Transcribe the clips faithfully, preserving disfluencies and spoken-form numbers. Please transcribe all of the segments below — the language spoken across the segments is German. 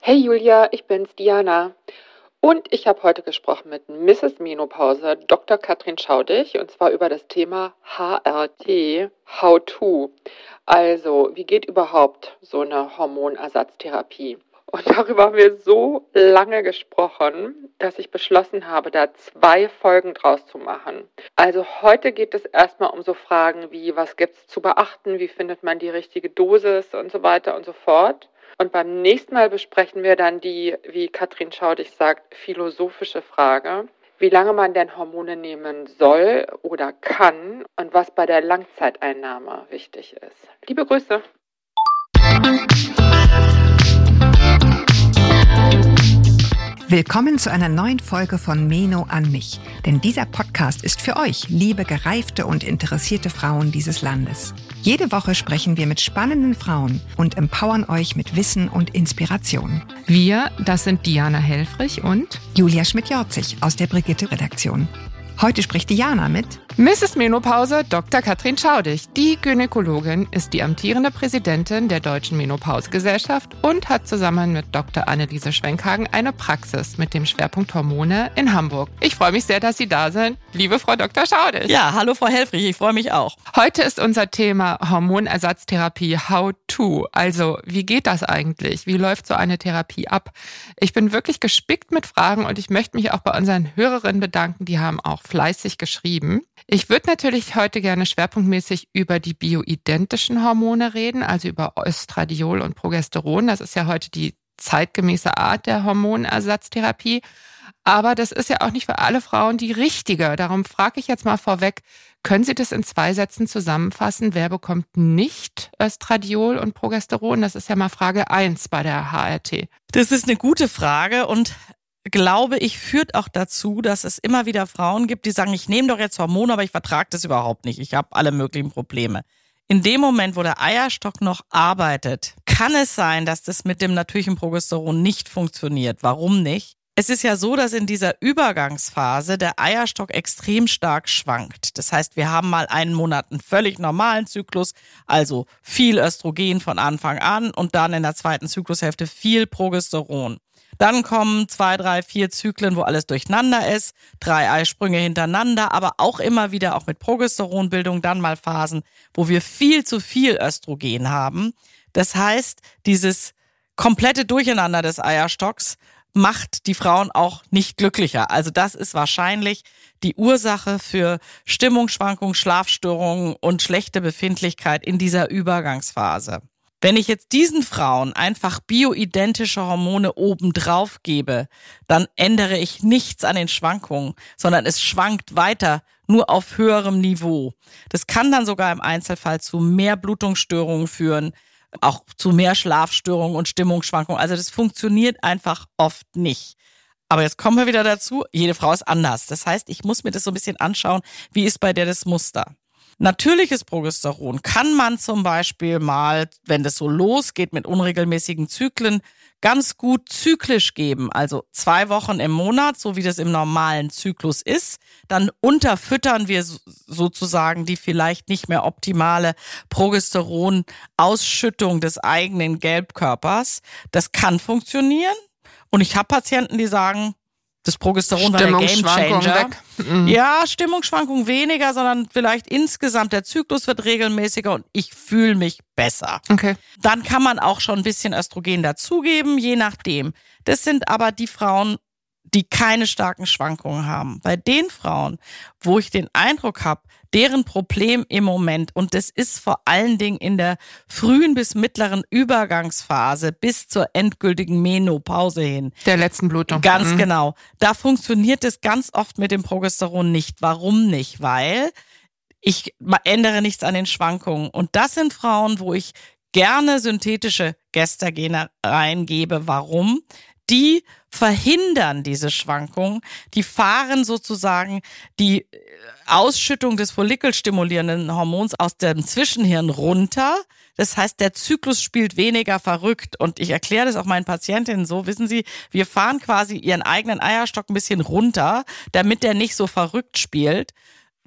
Hey Julia, ich bin's, Diana. Und ich habe heute gesprochen mit Misses Menopause, Doktor Katrin Schaudig, und zwar über das Thema H R T, How to. Also, wie geht überhaupt so eine Hormonersatztherapie? Und darüber haben wir so lange gesprochen, dass ich beschlossen habe, da zwei Folgen draus zu machen. Also heute geht es erstmal um so Fragen wie, was gibt's zu beachten, wie findet man die richtige Dosis und so weiter und so fort. Und beim nächsten Mal besprechen wir dann die, wie Katrin Schaudig sagt, philosophische Frage, wie lange man denn Hormone nehmen soll oder kann und was bei der Langzeiteinnahme wichtig ist. Liebe Grüße! Willkommen zu einer neuen Folge von Meno an mich. Denn dieser Podcast ist für euch, liebe gereifte und interessierte Frauen dieses Landes. Jede Woche sprechen wir mit spannenden Frauen und empowern euch mit Wissen und Inspiration. Wir, das sind Diana Helfrich und Julia Schmidt-Jorzig aus der Brigitte-Redaktion. Heute spricht Diana mit Misses Menopause, Doktor Katrin Schaudig. Die Gynäkologin ist die amtierende Präsidentin der Deutschen Menopausegesellschaft und hat zusammen mit Doktor Anneliese Schwenkhagen eine Praxis mit dem Schwerpunkt Hormone in Hamburg. Ich freue mich sehr, dass Sie da sind, liebe Frau Doktor Schaudig. Ja, hallo Frau Helfrich, ich freue mich auch. Heute ist unser Thema Hormonersatztherapie How to. Also, wie geht das eigentlich? Wie läuft so eine Therapie ab? Ich bin wirklich gespickt mit Fragen und ich möchte mich auch bei unseren Hörerinnen bedanken, die haben auch fleißig geschrieben. Ich würde natürlich heute gerne schwerpunktmäßig über die bioidentischen Hormone reden, also über Östradiol und Progesteron. Das ist ja heute die zeitgemäße Art der Hormonersatztherapie. Aber das ist ja auch nicht für alle Frauen die richtige. Darum frage ich jetzt mal vorweg, können Sie das in zwei Sätzen zusammenfassen? Wer bekommt nicht Östradiol und Progesteron? Das ist ja mal Frage eins bei der H R T. Das ist eine gute Frage und glaube ich, führt auch dazu, dass es immer wieder Frauen gibt, die sagen, ich nehme doch jetzt Hormone, aber ich vertrage das überhaupt nicht. Ich habe alle möglichen Probleme. In dem Moment, wo der Eierstock noch arbeitet, kann es sein, dass das mit dem natürlichen Progesteron nicht funktioniert. Warum nicht? Es ist ja so, dass in dieser Übergangsphase der Eierstock extrem stark schwankt. Das heißt, wir haben mal einen Monat einen völlig normalen Zyklus, also viel Östrogen von Anfang an und dann in der zweiten Zyklushälfte viel Progesteron. Dann kommen zwei, drei, vier Zyklen, wo alles durcheinander ist, drei Eisprünge hintereinander, aber auch immer wieder auch mit Progesteronbildung, dann mal Phasen, wo wir viel zu viel Östrogen haben. Das heißt, dieses komplette Durcheinander des Eierstocks macht die Frauen auch nicht glücklicher. Also das ist wahrscheinlich die Ursache für Stimmungsschwankungen, Schlafstörungen und schlechte Befindlichkeit in dieser Übergangsphase. Wenn ich jetzt diesen Frauen einfach bioidentische Hormone obendrauf gebe, dann ändere ich nichts an den Schwankungen, sondern es schwankt weiter, nur auf höherem Niveau. Das kann dann sogar im Einzelfall zu mehr Blutungsstörungen führen, auch zu mehr Schlafstörungen und Stimmungsschwankungen. Also das funktioniert einfach oft nicht. Aber jetzt kommen wir wieder dazu, jede Frau ist anders. Das heißt, ich muss mir das so ein bisschen anschauen, wie ist bei der das Muster. Natürliches Progesteron kann man zum Beispiel mal, wenn das so losgeht mit unregelmäßigen Zyklen, ganz gut zyklisch geben. Also zwei Wochen im Monat, so wie das im normalen Zyklus ist. Dann unterfüttern wir sozusagen die vielleicht nicht mehr optimale Progesteronausschüttung des eigenen Gelbkörpers. Das kann funktionieren. Und ich habe Patienten, die sagen, das Progesteron war der Gamechanger. Mhm. Ja, Stimmungsschwankungen weniger, sondern vielleicht insgesamt der Zyklus wird regelmäßiger und ich fühle mich besser. Okay. Dann kann man auch schon ein bisschen Östrogen dazugeben, je nachdem. Das sind aber die Frauen, die keine starken Schwankungen haben. Bei den Frauen, wo ich den Eindruck habe, deren Problem im Moment, und das ist vor allen Dingen in der frühen bis mittleren Übergangsphase bis zur endgültigen Menopause hin. Der letzten Blutung. Ganz mhm. genau. Da funktioniert es ganz oft mit dem Progesteron nicht. Warum nicht? Weil ich ändere nichts an den Schwankungen. Und das sind Frauen, wo ich gerne synthetische Gestagen reingebe. Warum? Die verhindern diese Schwankungen, die fahren sozusagen die Ausschüttung des follikelstimulierenden Hormons aus dem Zwischenhirn runter. Das heißt, der Zyklus spielt weniger verrückt. Und ich erkläre das auch meinen Patientinnen so, wissen Sie, wir fahren quasi ihren eigenen Eierstock ein bisschen runter, damit der nicht so verrückt spielt.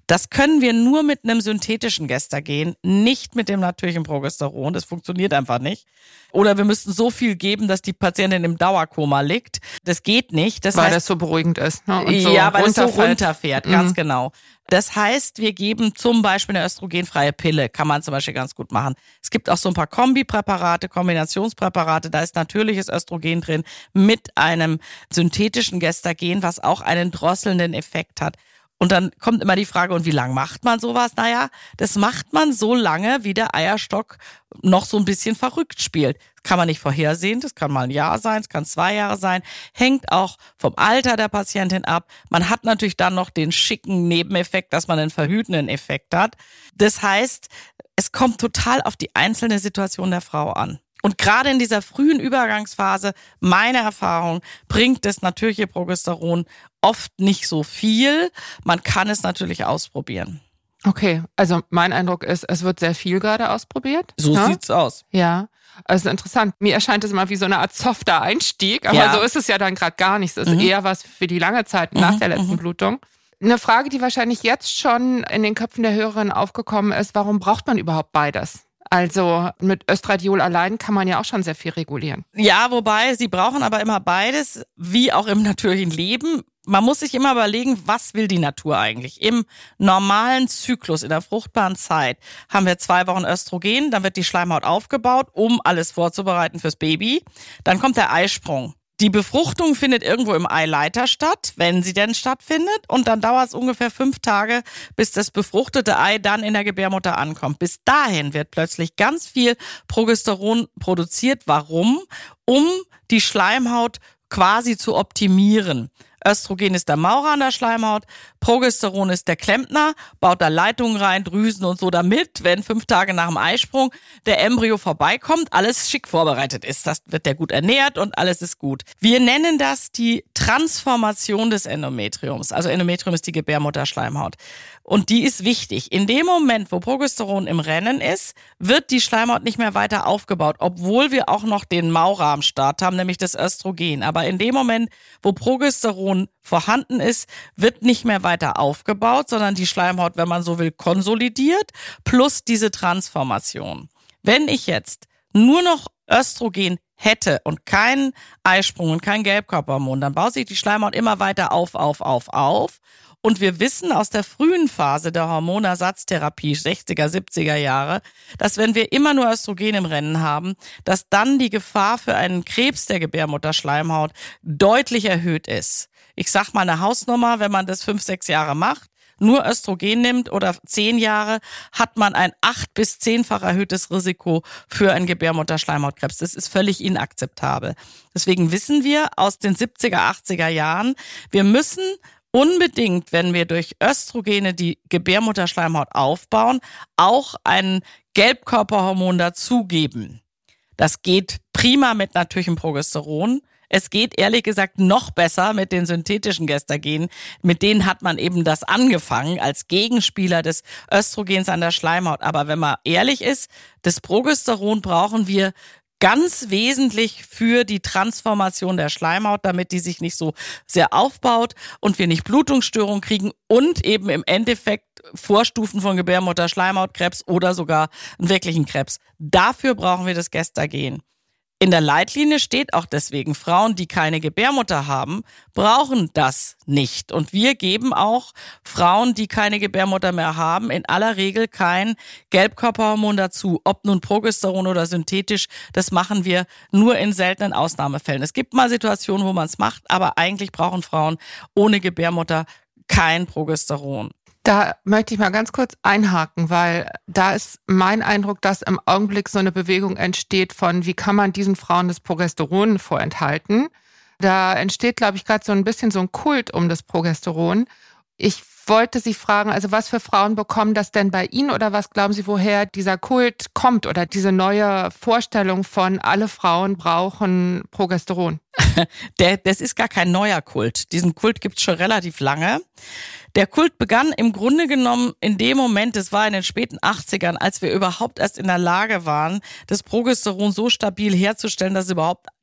Das können wir nur mit einem synthetischen Gestagen, nicht mit dem natürlichen Progesteron. Das funktioniert einfach nicht. Oder wir müssten so viel geben, dass die Patientin im Dauerkoma liegt. Das geht nicht. Das weil heißt, das so beruhigend ist. Ne? Und so ja, weil es so runterfällt. runterfährt, Mhm. ganz genau. Das heißt, wir geben zum Beispiel eine östrogenfreie Pille, kann man zum Beispiel ganz gut machen. Es gibt auch so ein paar Kombipräparate, Kombinationspräparate, da ist natürliches Östrogen drin mit einem synthetischen Gestagen, was auch einen drosselnden Effekt hat. Und dann kommt immer die Frage, und wie lange macht man sowas? Naja, das macht man so lange, wie der Eierstock noch so ein bisschen verrückt spielt. Das kann man nicht vorhersehen, das kann mal ein Jahr sein, es kann zwei Jahre sein, hängt auch vom Alter der Patientin ab. Man hat natürlich dann noch den schicken Nebeneffekt, dass man einen verhütenden Effekt hat. Das heißt, es kommt total auf die einzelne Situation der Frau an. Und gerade in dieser frühen Übergangsphase, meine Erfahrung, bringt das natürliche Progesteron oft nicht so viel. Man kann es natürlich ausprobieren. Okay, also mein Eindruck ist, es wird sehr viel gerade ausprobiert. So ne? sieht's aus. Ja, also interessant. Mir erscheint es immer wie so eine Art softer Einstieg, aber Ja. so ist es ja dann gerade gar nicht. Es ist Mhm. eher was für die lange Zeit nach Mhm, der letzten mhm. Blutung. Eine Frage, die wahrscheinlich jetzt schon in den Köpfen der Hörerinnen aufgekommen ist, warum braucht man überhaupt beides? Also mit Östradiol allein kann man ja auch schon sehr viel regulieren. Ja, wobei, sie brauchen aber immer beides, wie auch im natürlichen Leben. Man muss sich immer überlegen, was will die Natur eigentlich? Im normalen Zyklus, in der fruchtbaren Zeit, haben wir zwei Wochen Östrogen, dann wird die Schleimhaut aufgebaut, um alles vorzubereiten fürs Baby. Dann kommt der Eisprung. Die Befruchtung findet irgendwo im Eileiter statt, wenn sie denn stattfindet. Und dann dauert es ungefähr fünf Tage, bis das befruchtete Ei dann in der Gebärmutter ankommt. Bis dahin wird plötzlich ganz viel Progesteron produziert. Warum? Um die Schleimhaut quasi zu optimieren. Östrogen ist der Maurer an der Schleimhaut, Progesteron ist der Klempner, baut da Leitungen rein, Drüsen und so, damit, wenn fünf Tage nach dem Eisprung der Embryo vorbeikommt, alles schick vorbereitet ist. Das wird der gut ernährt und alles ist gut. Wir nennen das die Transformation des Endometriums. Also Endometrium ist die Gebärmutterschleimhaut. Und die ist wichtig. In dem Moment, wo Progesteron im Rennen ist, wird die Schleimhaut nicht mehr weiter aufgebaut, obwohl wir auch noch den Maurer am Start haben, nämlich das Östrogen. Aber in dem Moment, wo Progesteron vorhanden ist, wird nicht mehr weiter aufgebaut, sondern die Schleimhaut, wenn man so will, konsolidiert, plus diese Transformation. Wenn ich jetzt nur noch Östrogen hätte und keinen Eisprung und kein Gelbkörperhormon, dann baut sich die Schleimhaut immer weiter auf, auf, auf, auf. Und wir wissen aus der frühen Phase der Hormonersatztherapie, sechziger, siebziger Jahre, dass wenn wir immer nur Östrogen im Rennen haben, dass dann die Gefahr für einen Krebs der Gebärmutterschleimhaut deutlich erhöht ist. Ich sag mal eine Hausnummer, wenn man das fünf, sechs Jahre macht, nur Östrogen nimmt oder zehn Jahre, hat man ein acht- bis zehnfach erhöhtes Risiko für einen Gebärmutterschleimhautkrebs. Das ist völlig inakzeptabel. Deswegen wissen wir aus den siebziger, achtziger Jahren, wir müssen unbedingt, wenn wir durch Östrogene die Gebärmutterschleimhaut aufbauen, auch ein Gelbkörperhormon dazugeben. Das geht prima mit natürlichem Progesteron. Es geht ehrlich gesagt noch besser mit den synthetischen Gestagenen. Mit denen hat man eben das angefangen als Gegenspieler des Östrogens an der Schleimhaut. Aber wenn man ehrlich ist, das Progesteron brauchen wir ganz wesentlich für die Transformation der Schleimhaut, damit die sich nicht so sehr aufbaut und wir nicht Blutungsstörungen kriegen und eben im Endeffekt Vorstufen von Gebärmutterschleimhautkrebs oder sogar einen wirklichen Krebs. Dafür brauchen wir das Gestagen. In der Leitlinie steht auch deswegen, Frauen, die keine Gebärmutter haben, brauchen das nicht. Und wir geben auch Frauen, die keine Gebärmutter mehr haben, in aller Regel kein Gelbkörperhormon dazu. Ob nun Progesteron oder synthetisch, das machen wir nur in seltenen Ausnahmefällen. Es gibt mal Situationen, wo man es macht, aber eigentlich brauchen Frauen ohne Gebärmutter kein Progesteron. Da möchte ich mal ganz kurz einhaken, weil da ist mein Eindruck, dass im Augenblick so eine Bewegung entsteht von, wie kann man diesen Frauen das Progesteron vorenthalten. Da entsteht, glaube ich, gerade so ein bisschen so ein Kult um das Progesteron. Ich wollte Sie fragen, also was für Frauen bekommen das denn bei Ihnen oder was glauben Sie, woher dieser Kult kommt oder diese neue Vorstellung von, alle Frauen brauchen Progesteron? Der, das ist gar kein neuer Kult. Diesen Kult gibt's schon relativ lange. Der Kult begann im Grunde genommen in dem Moment, das war in den späten achtzigern, als wir überhaupt erst in der Lage waren, das Progesteron so stabil herzustellen, dass es überhaupt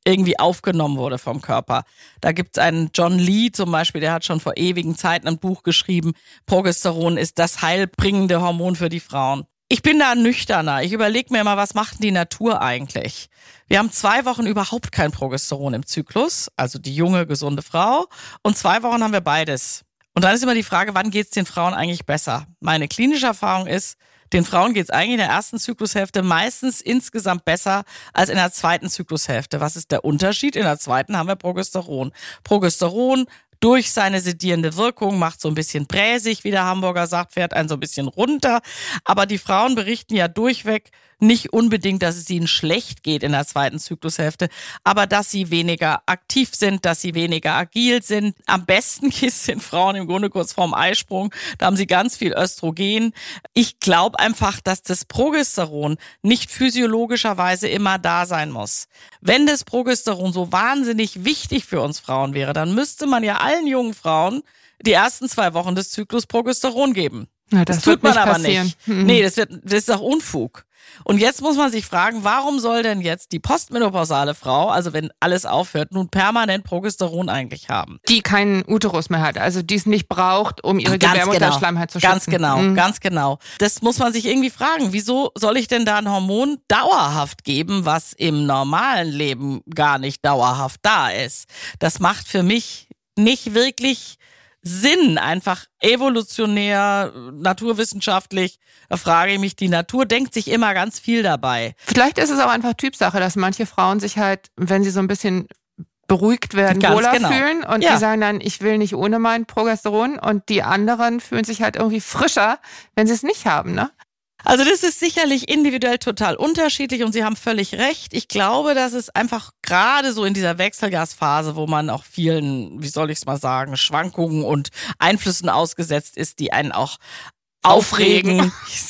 irgendwie aufgenommen wurde vom Körper. Da gibt es einen John Lee zum Beispiel, der hat schon vor ewigen Zeiten ein Buch geschrieben, Progesteron ist das heilbringende Hormon für die Frauen. Ich bin da nüchterner. Ich überlege mir immer, was macht denn die Natur eigentlich? Wir haben zwei Wochen überhaupt kein Progesteron im Zyklus, also die junge, gesunde Frau, und zwei Wochen haben wir beides. Und dann ist immer die Frage, wann geht es den Frauen eigentlich besser? Meine klinische Erfahrung ist, den Frauen geht es eigentlich in der ersten Zyklushälfte meistens insgesamt besser als in der zweiten Zyklushälfte. Was ist der Unterschied? In der zweiten haben wir Progesteron. Progesteron durch seine sedierende Wirkung macht so ein bisschen bräsig, wie der Hamburger sagt, fährt einen so ein bisschen runter. Aber die Frauen berichten ja durchweg nicht unbedingt, dass es ihnen schlecht geht in der zweiten Zyklushälfte, aber dass sie weniger aktiv sind, dass sie weniger agil sind. Am besten geht es den Frauen im Grunde kurz vorm Eisprung. Da haben sie ganz viel Östrogen. Ich glaube einfach, dass das Progesteron nicht physiologischerweise immer da sein muss. Wenn das Progesteron so wahnsinnig wichtig für uns Frauen wäre, dann müsste man ja allen jungen Frauen die ersten zwei Wochen des Zyklus Progesteron geben. Ja, das, das tut man nicht aber passieren. nicht. Mhm. Nee, das, wird, das ist doch Unfug. Und jetzt muss man sich fragen, warum soll denn jetzt die postmenopausale Frau, also wenn alles aufhört, nun permanent Progesteron eigentlich haben? Die keinen Uterus mehr hat, also die es nicht braucht, um ihre Gebärmutterschleimhaut zu schützen. Ganz genau, mhm. ganz genau. Das muss man sich irgendwie fragen. Wieso soll ich denn da ein Hormon dauerhaft geben, was im normalen Leben gar nicht dauerhaft da ist? Das macht für mich nicht wirklich Sinn, einfach evolutionär, naturwissenschaftlich. Da frage ich mich, die Natur denkt sich immer ganz viel dabei. Vielleicht ist es auch einfach Typsache, dass manche Frauen sich halt, wenn sie so ein bisschen beruhigt werden, Ganz wohler genau. fühlen und Ja. die sagen dann, ich will nicht ohne mein Progesteron, und die anderen fühlen sich halt irgendwie frischer, wenn sie es nicht haben, ne? Also das ist sicherlich individuell total unterschiedlich und Sie haben völlig recht. Ich glaube, dass es einfach gerade so in dieser Wechselgasphase, wo man auch vielen, wie soll ich es mal sagen, Schwankungen und Einflüssen ausgesetzt ist, die einen auch aufregen.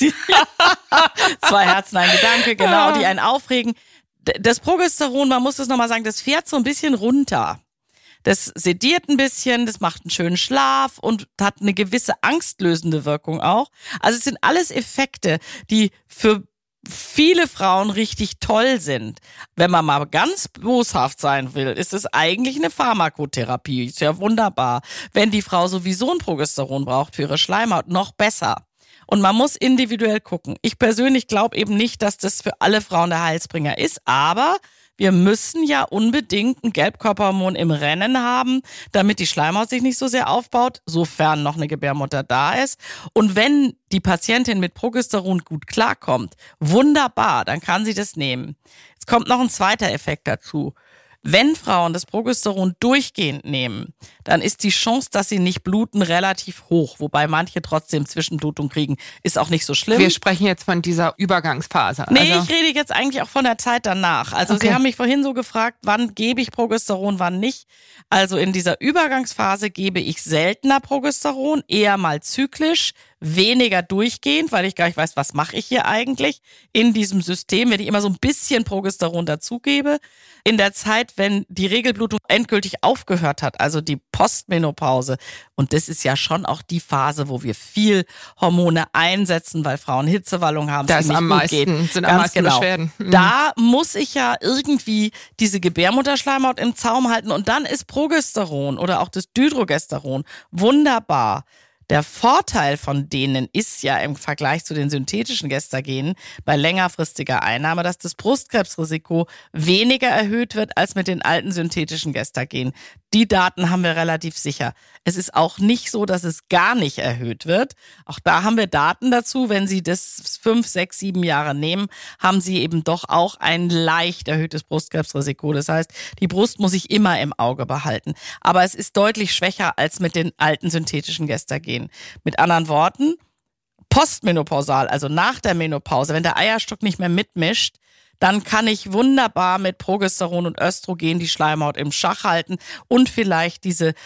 Zwei Herzen, ein Gedanke, genau, die einen aufregen. Das Progesteron, man muss das nochmal sagen, das fährt so ein bisschen runter. Das sediert ein bisschen, das macht einen schönen Schlaf und hat eine gewisse angstlösende Wirkung auch. Also es sind alles Effekte, die für viele Frauen richtig toll sind. Wenn man mal ganz boshaft sein will, ist es eigentlich eine Pharmakotherapie. Ist ja wunderbar. Wenn die Frau sowieso ein Progesteron braucht für ihre Schleimhaut, noch besser. Und man muss individuell gucken. Ich persönlich glaube eben nicht, dass das für alle Frauen der Heilsbringer ist, aber wir müssen ja unbedingt ein Gelbkörperhormon im Rennen haben, damit die Schleimhaut sich nicht so sehr aufbaut, sofern noch eine Gebärmutter da ist. Und wenn die Patientin mit Progesteron gut klarkommt, wunderbar, dann kann sie das nehmen. Jetzt kommt noch ein zweiter Effekt dazu. Wenn Frauen das Progesteron durchgehend nehmen, dann ist die Chance, dass sie nicht bluten, relativ hoch. Wobei manche trotzdem Zwischenblutung kriegen, ist auch nicht so schlimm. Wir sprechen jetzt von dieser Übergangsphase. Nee, also. ich rede jetzt eigentlich auch von der Zeit danach. Also Okay. Sie haben mich vorhin so gefragt, wann gebe ich Progesteron, wann nicht. Also in dieser Übergangsphase gebe ich seltener Progesteron, eher mal zyklisch, weniger durchgehend, weil ich gar nicht weiß, was mache ich hier eigentlich in diesem System, wenn ich immer so ein bisschen Progesteron dazugebe. In der Zeit, wenn die Regelblutung endgültig aufgehört hat, also die Postmenopause, und das ist ja schon auch die Phase, wo wir viel Hormone einsetzen, weil Frauen Hitzewallung haben, Da es ist ihnen am nicht gut meisten, geht. sind am Ganz meisten genau. Beschwerden. Mhm. Da muss ich ja irgendwie diese Gebärmutterschleimhaut im Zaum halten und dann ist Progesteron oder auch das Dydrogesteron wunderbar. Der Vorteil von denen ist ja im Vergleich zu den synthetischen Gestagenen bei längerfristiger Einnahme, dass das Brustkrebsrisiko weniger erhöht wird als mit den alten synthetischen Gestagenen. Die Daten haben wir relativ sicher. Es ist auch nicht so, dass es gar nicht erhöht wird. Auch da haben wir Daten dazu. Wenn Sie das fünf, sechs, sieben Jahre nehmen, haben Sie eben doch auch ein leicht erhöhtes Brustkrebsrisiko. Das heißt, die Brust muss ich immer im Auge behalten. Aber es ist deutlich schwächer als mit den alten synthetischen Gestagenen. Mit anderen Worten, postmenopausal, also nach der Menopause, wenn der Eierstock nicht mehr mitmischt, dann kann ich wunderbar mit Progesteron und Östrogen die Schleimhaut im Schach halten und vielleicht diese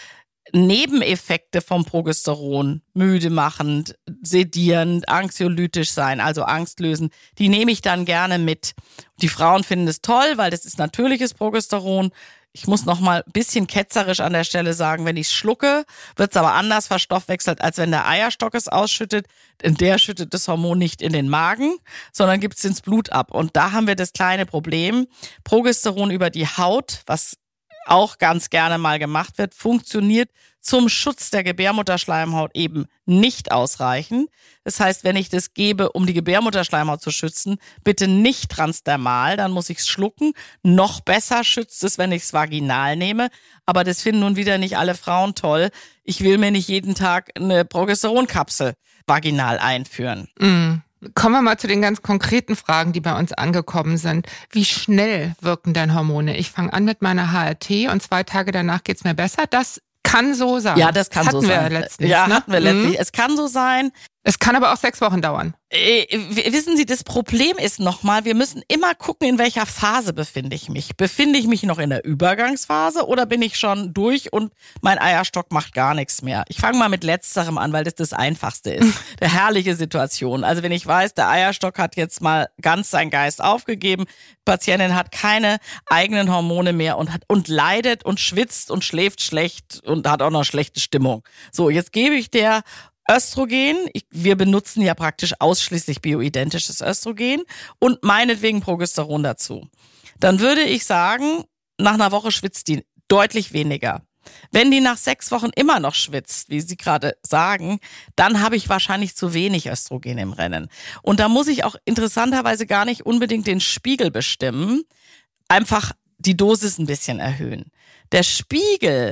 Nebeneffekte vom Progesteron, müde machend, sedierend, anxiolytisch sein, also angstlösend, die nehme ich dann gerne mit. Die Frauen finden es toll, weil das ist natürliches Progesteron. Ich muss noch mal ein bisschen ketzerisch an der Stelle sagen, wenn ich es schlucke, wird es aber anders verstoffwechselt, als wenn der Eierstock es ausschüttet. Denn der schüttet das Hormon nicht in den Magen, sondern gibt es ins Blut ab. Und da haben wir das kleine Problem. Progesteron über die Haut, was auch ganz gerne mal gemacht wird, funktioniert zum Schutz der Gebärmutterschleimhaut eben nicht ausreichend. Das heißt, wenn ich das gebe, um die Gebärmutterschleimhaut zu schützen, bitte nicht transdermal, dann muss ich es schlucken. Noch besser schützt es, wenn ich es vaginal nehme. Aber das finden nun wieder nicht alle Frauen toll. Ich will mir nicht jeden Tag eine Progesteronkapsel vaginal einführen. Mm. Kommen wir mal zu den ganz konkreten Fragen, die bei uns angekommen sind. Wie schnell wirken denn Hormone? Ich fange an mit meiner H R T und zwei Tage danach geht's mir besser. Das kann so sein. Ja, das kann hatten so sein. Wir letztens, ja, ne? hatten wir letztlich. Mhm. Es kann so sein. Es kann aber auch sechs Wochen dauern. Äh, wissen Sie, das Problem ist nochmal, wir müssen immer gucken, in welcher Phase befinde ich mich. Befinde ich mich noch in der Übergangsphase oder bin ich schon durch und mein Eierstock macht gar nichts mehr? Ich fange mal mit Letzterem an, weil das das Einfachste ist. Der herrliche Situation. Also wenn ich weiß, der Eierstock hat jetzt mal ganz seinen Geist aufgegeben, die Patientin hat keine eigenen Hormone mehr und hat und leidet und schwitzt und schläft schlecht und hat auch noch schlechte Stimmung. So, jetzt gebe ich der Östrogen, ich, wir benutzen ja praktisch ausschließlich bioidentisches Östrogen und meinetwegen Progesteron dazu. Dann würde ich sagen, nach einer Woche schwitzt die deutlich weniger. Wenn die nach sechs Wochen immer noch schwitzt, wie Sie gerade sagen, dann habe ich wahrscheinlich zu wenig Östrogen im Rennen. Und da muss ich auch interessanterweise gar nicht unbedingt den Spiegel bestimmen, einfach die Dosis ein bisschen erhöhen. Der Spiegel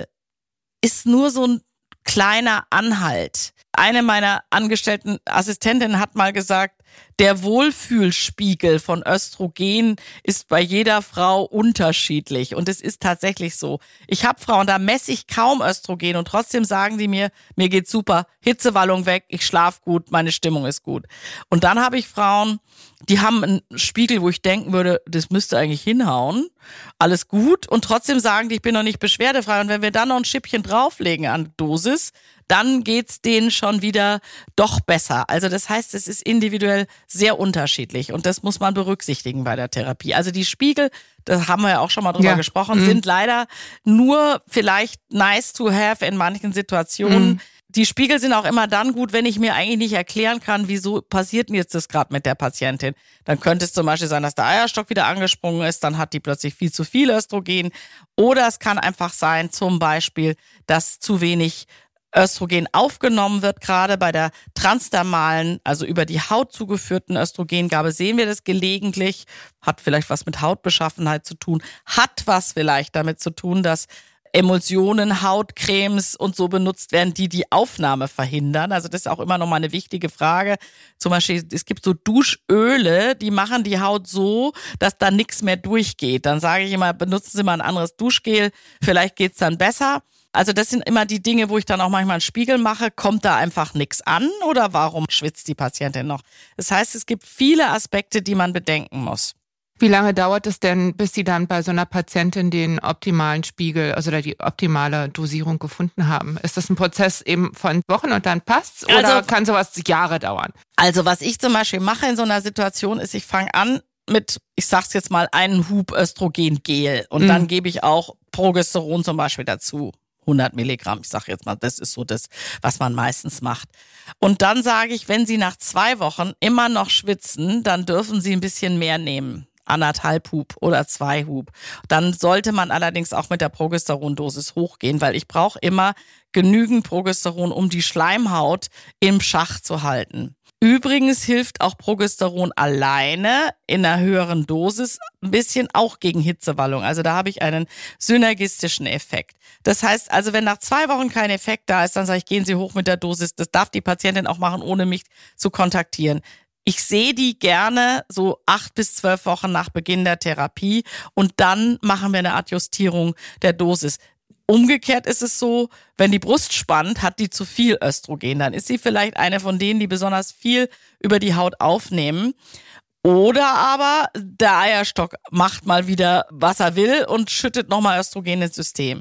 ist nur so ein kleiner Anhalt. Eine meiner angestellten Assistentinnen hat mal gesagt, der Wohlfühlspiegel von Östrogen ist bei jeder Frau unterschiedlich. Und es ist tatsächlich so. Ich habe Frauen, da messe ich kaum Östrogen und trotzdem sagen die mir, mir geht's super, Hitzewallung weg, ich schlafe gut, meine Stimmung ist gut. Und dann habe ich Frauen, die haben einen Spiegel, wo ich denken würde, das müsste eigentlich hinhauen, alles gut. Und trotzdem sagen die, ich bin noch nicht beschwerdefrei. Und wenn wir dann noch ein Schippchen drauflegen an Dosis, dann geht's denen schon wieder doch besser. Also das heißt, es ist individuell sehr unterschiedlich und das muss man berücksichtigen bei der Therapie. Also die Spiegel, da haben wir ja auch schon mal drüber ja. gesprochen, mhm. sind leider nur vielleicht nice to have in manchen Situationen. Mhm. Die Spiegel sind auch immer dann gut, wenn ich mir eigentlich nicht erklären kann, wieso passiert denn jetzt das gerade mit der Patientin. Dann könnte es zum Beispiel sein, dass der Eierstock wieder angesprungen ist, dann hat die plötzlich viel zu viel Östrogen. Oder es kann einfach sein, zum Beispiel, dass zu wenig Östrogen aufgenommen wird, gerade bei der transdermalen, also über die Haut zugeführten Östrogengabe sehen wir das gelegentlich, hat vielleicht was mit Hautbeschaffenheit zu tun, hat was vielleicht damit zu tun, dass Emulsionen, Hautcremes und so benutzt werden, die die Aufnahme verhindern. Also das ist auch immer noch mal eine wichtige Frage. Zum Beispiel, es gibt so Duschöle, die machen die Haut so, dass da nichts mehr durchgeht. Dann sage ich immer, benutzen Sie mal ein anderes Duschgel, vielleicht geht's dann besser. Also das sind immer die Dinge, wo ich dann auch manchmal einen Spiegel mache. Kommt da einfach nichts an oder warum schwitzt die Patientin noch? Das heißt, es gibt viele Aspekte, die man bedenken muss. Wie lange dauert es denn, bis Sie dann bei so einer Patientin den optimalen Spiegel, also die optimale Dosierung gefunden haben? Ist das ein Prozess eben von Wochen und dann passt's oder also, kann sowas Jahre dauern? Also was ich zum Beispiel mache in so einer Situation ist, ich fange an mit, ich sag's jetzt mal, einen Hub Östrogengel und mhm. dann gebe ich auch Progesteron zum Beispiel dazu. hundert Milligramm, ich sage jetzt mal, das ist so das, was man meistens macht. Und dann sage ich, wenn Sie nach zwei Wochen immer noch schwitzen, dann dürfen Sie ein bisschen mehr nehmen. Anderthalb Hub oder zwei Hub. Dann sollte man allerdings auch mit der Progesterondosis hochgehen, weil ich brauche immer genügend Progesteron, um die Schleimhaut im Schach zu halten. Übrigens hilft auch Progesteron alleine in einer höheren Dosis ein bisschen auch gegen Hitzewallung. Also da habe ich einen synergistischen Effekt. Das heißt also, wenn nach zwei Wochen kein Effekt da ist, dann sage ich, gehen Sie hoch mit der Dosis. Das darf die Patientin auch machen, ohne mich zu kontaktieren. Ich sehe die gerne so acht bis zwölf Wochen nach Beginn der Therapie und dann machen wir eine Adjustierung der Dosis. Umgekehrt ist es so, wenn die Brust spannt, hat die zu viel Östrogen. Dann ist sie vielleicht eine von denen, die besonders viel über die Haut aufnehmen. Oder aber der Eierstock macht mal wieder, was er will und schüttet nochmal Östrogen ins System.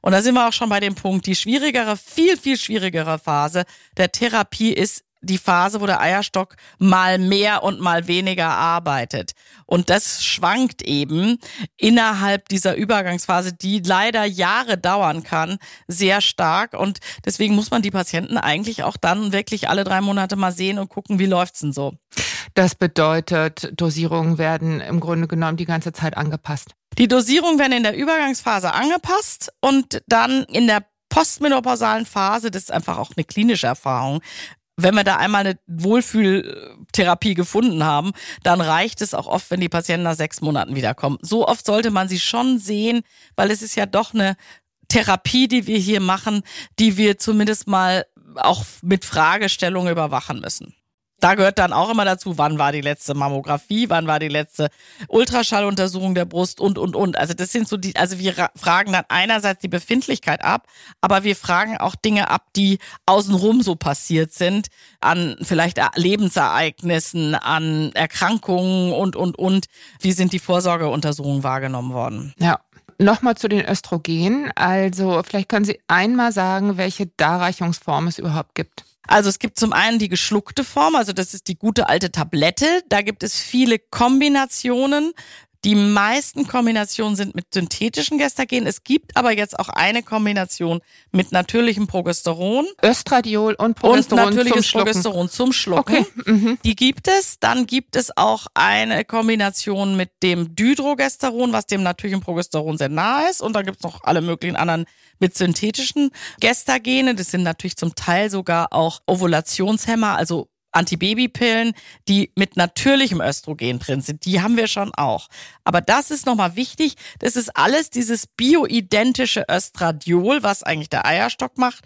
Und da sind wir auch schon bei dem Punkt, die schwierigere, viel, viel schwierigere Phase der Therapie ist die Phase, wo der Eierstock mal mehr und mal weniger arbeitet. Und das schwankt eben innerhalb dieser Übergangsphase, die leider Jahre dauern kann, sehr stark. Und deswegen muss man die Patienten eigentlich auch dann wirklich alle drei Monate mal sehen und gucken, wie läuft's denn so. Das bedeutet, Dosierungen werden im Grunde genommen die ganze Zeit angepasst. Die Dosierungen werden in der Übergangsphase angepasst und dann in der postmenopausalen Phase, das ist einfach auch eine klinische Erfahrung, wenn wir da einmal eine Wohlfühltherapie gefunden haben, dann reicht es auch oft, wenn die Patienten nach sechs Monaten wiederkommen. So oft sollte man sie schon sehen, weil es ist ja doch eine Therapie, die wir hier machen, die wir zumindest mal auch mit Fragestellungen überwachen müssen. Da gehört dann auch immer dazu, wann war die letzte Mammographie, wann war die letzte Ultraschalluntersuchung der Brust und, und, und. Also das sind so die, also wir ra- fragen dann einerseits die Befindlichkeit ab, aber wir fragen auch Dinge ab, die außenrum so passiert sind, an vielleicht Lebensereignissen, an Erkrankungen und, und, und. Wie sind die Vorsorgeuntersuchungen wahrgenommen worden? Ja. Nochmal zu den Östrogenen. Also vielleicht können Sie einmal sagen, welche Darreichungsform es überhaupt gibt. Also es gibt zum einen die geschluckte Form, also das ist die gute alte Tablette. Da gibt es viele Kombinationen. Die meisten Kombinationen sind mit synthetischen Gestagen. Es gibt aber jetzt auch eine Kombination mit natürlichem Progesteron. Östradiol und Progesteron und natürliches zum Schlucken. Progesteron zum Schlucken. Okay. Mhm. Die gibt es. Dann gibt es auch eine Kombination mit dem Dydrogesteron, was dem natürlichen Progesteron sehr nahe ist. Und dann gibt es noch alle möglichen anderen mit synthetischen Gestagene. Das sind natürlich zum Teil sogar auch Ovulationshemmer, also Antibabypillen, die mit natürlichem Östrogen drin sind. Die haben wir schon auch. Aber das ist nochmal wichtig. Das ist alles dieses bioidentische Östradiol, was eigentlich der Eierstock macht.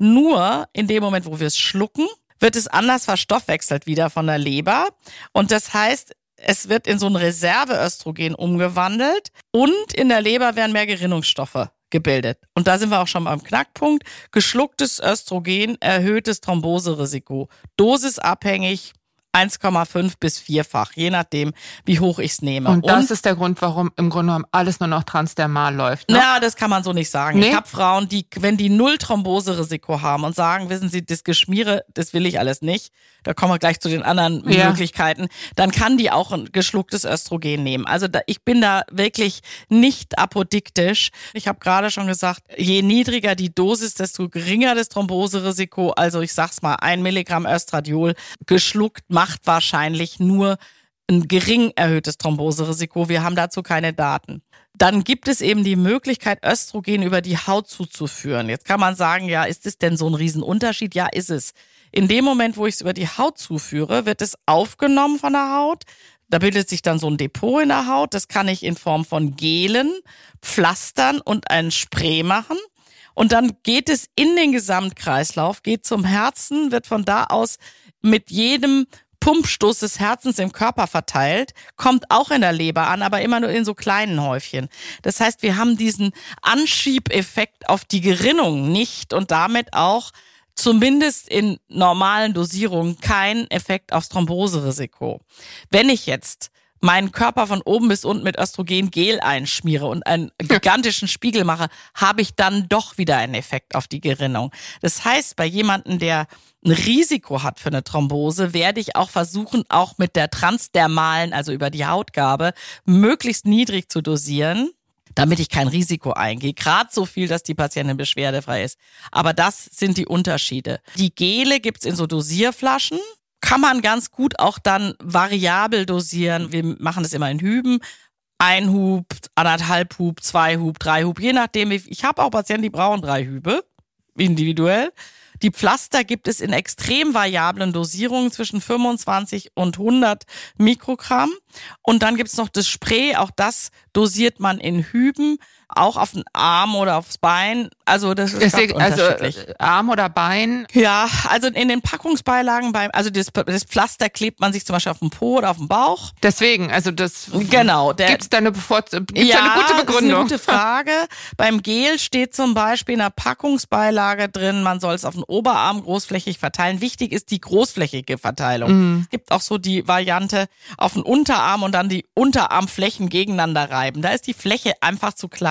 Nur in dem Moment, wo wir es schlucken, wird es anders verstoffwechselt wieder von der Leber. Und das heißt, es wird in so ein Reserveöstrogen umgewandelt und in der Leber werden mehr Gerinnungsstoffe gebildet. Und da sind wir auch schon beim Knackpunkt. Geschlucktes Östrogen, erhöhtes Thromboserisiko. Dosisabhängig eins Komma fünf bis vierfach, je nachdem, wie hoch ich es nehme. Und das Und, ist der Grund, warum im Grunde genommen alles nur noch transdermal läuft. Ne? Ja, das kann man so nicht sagen. Nee? Ich habe Frauen, die, wenn die null Thromboserisiko haben und sagen, wissen Sie, das Geschmiere, das will ich alles nicht, da kommen wir gleich zu den anderen ja. Möglichkeiten, dann kann die auch ein geschlucktes Östrogen nehmen. Also da, ich bin da wirklich nicht apodiktisch. Ich habe gerade schon gesagt, je niedriger die Dosis, desto geringer das Thromboserisiko. Also ich sag's mal, ein Milligramm Östradiol geschluckt macht wahrscheinlich nur ein gering erhöhtes Thromboserisiko. Wir haben dazu keine Daten. Dann gibt es eben die Möglichkeit, Östrogen über die Haut zuzuführen. Jetzt kann man sagen, ja, ist es denn so ein Riesenunterschied? Ja, ist es. In dem Moment, wo ich es über die Haut zuführe, wird es aufgenommen von der Haut. Da bildet sich dann so ein Depot in der Haut. Das kann ich in Form von Gelen, Pflastern und ein Spray machen. Und dann geht es in den Gesamtkreislauf, geht zum Herzen, wird von da aus mit jedem Pumpstoß des Herzens im Körper verteilt, kommt auch in der Leber an, aber immer nur in so kleinen Häufchen. Das heißt, wir haben diesen Anschiebeffekt auf die Gerinnung nicht und damit auch zumindest in normalen Dosierungen keinen Effekt aufs Thromboserisiko. Wenn ich jetzt meinen Körper von oben bis unten mit Östrogengel einschmiere und einen gigantischen Spiegel mache, habe ich dann doch wieder einen Effekt auf die Gerinnung. Das heißt, bei jemandem, der ein Risiko hat für eine Thrombose, werde ich auch versuchen, auch mit der transdermalen, also über die Hautgabe, möglichst niedrig zu dosieren, damit ich kein Risiko eingehe. Gerade so viel, dass die Patientin beschwerdefrei ist. Aber das sind die Unterschiede. Die Gele gibt's in so Dosierflaschen. Kann man ganz gut auch dann variabel dosieren. Wir machen das immer in Hüben. Ein Hub, anderthalb Hub, zwei Hub, drei Hub, je nachdem. Ich habe auch Patienten, die brauchen drei Hübe, individuell. Die Pflaster gibt es in extrem variablen Dosierungen zwischen fünfundzwanzig und hundert Mikrogramm. Und dann gibt's noch das Spray, auch das dosiert man in Hüben, auch auf den Arm oder aufs Bein. Also das ist Deswegen, ganz unterschiedlich. Also Arm oder Bein? Ja, also in den Packungsbeilagen, beim, also das, das Pflaster klebt man sich zum Beispiel auf den Po oder auf den Bauch. Deswegen, also das genau, der, gibt's da eine, Bevorz- gibt's ja, da eine gute Begründung? Das ist eine gute Frage. Beim Gel steht zum Beispiel in der Packungsbeilage drin, man soll es auf den Oberarm großflächig verteilen. Wichtig ist die großflächige Verteilung. Mhm. Es gibt auch so die Variante auf den Unterarm und dann die Unterarmflächen gegeneinander reiben. Da ist die Fläche einfach zu klein.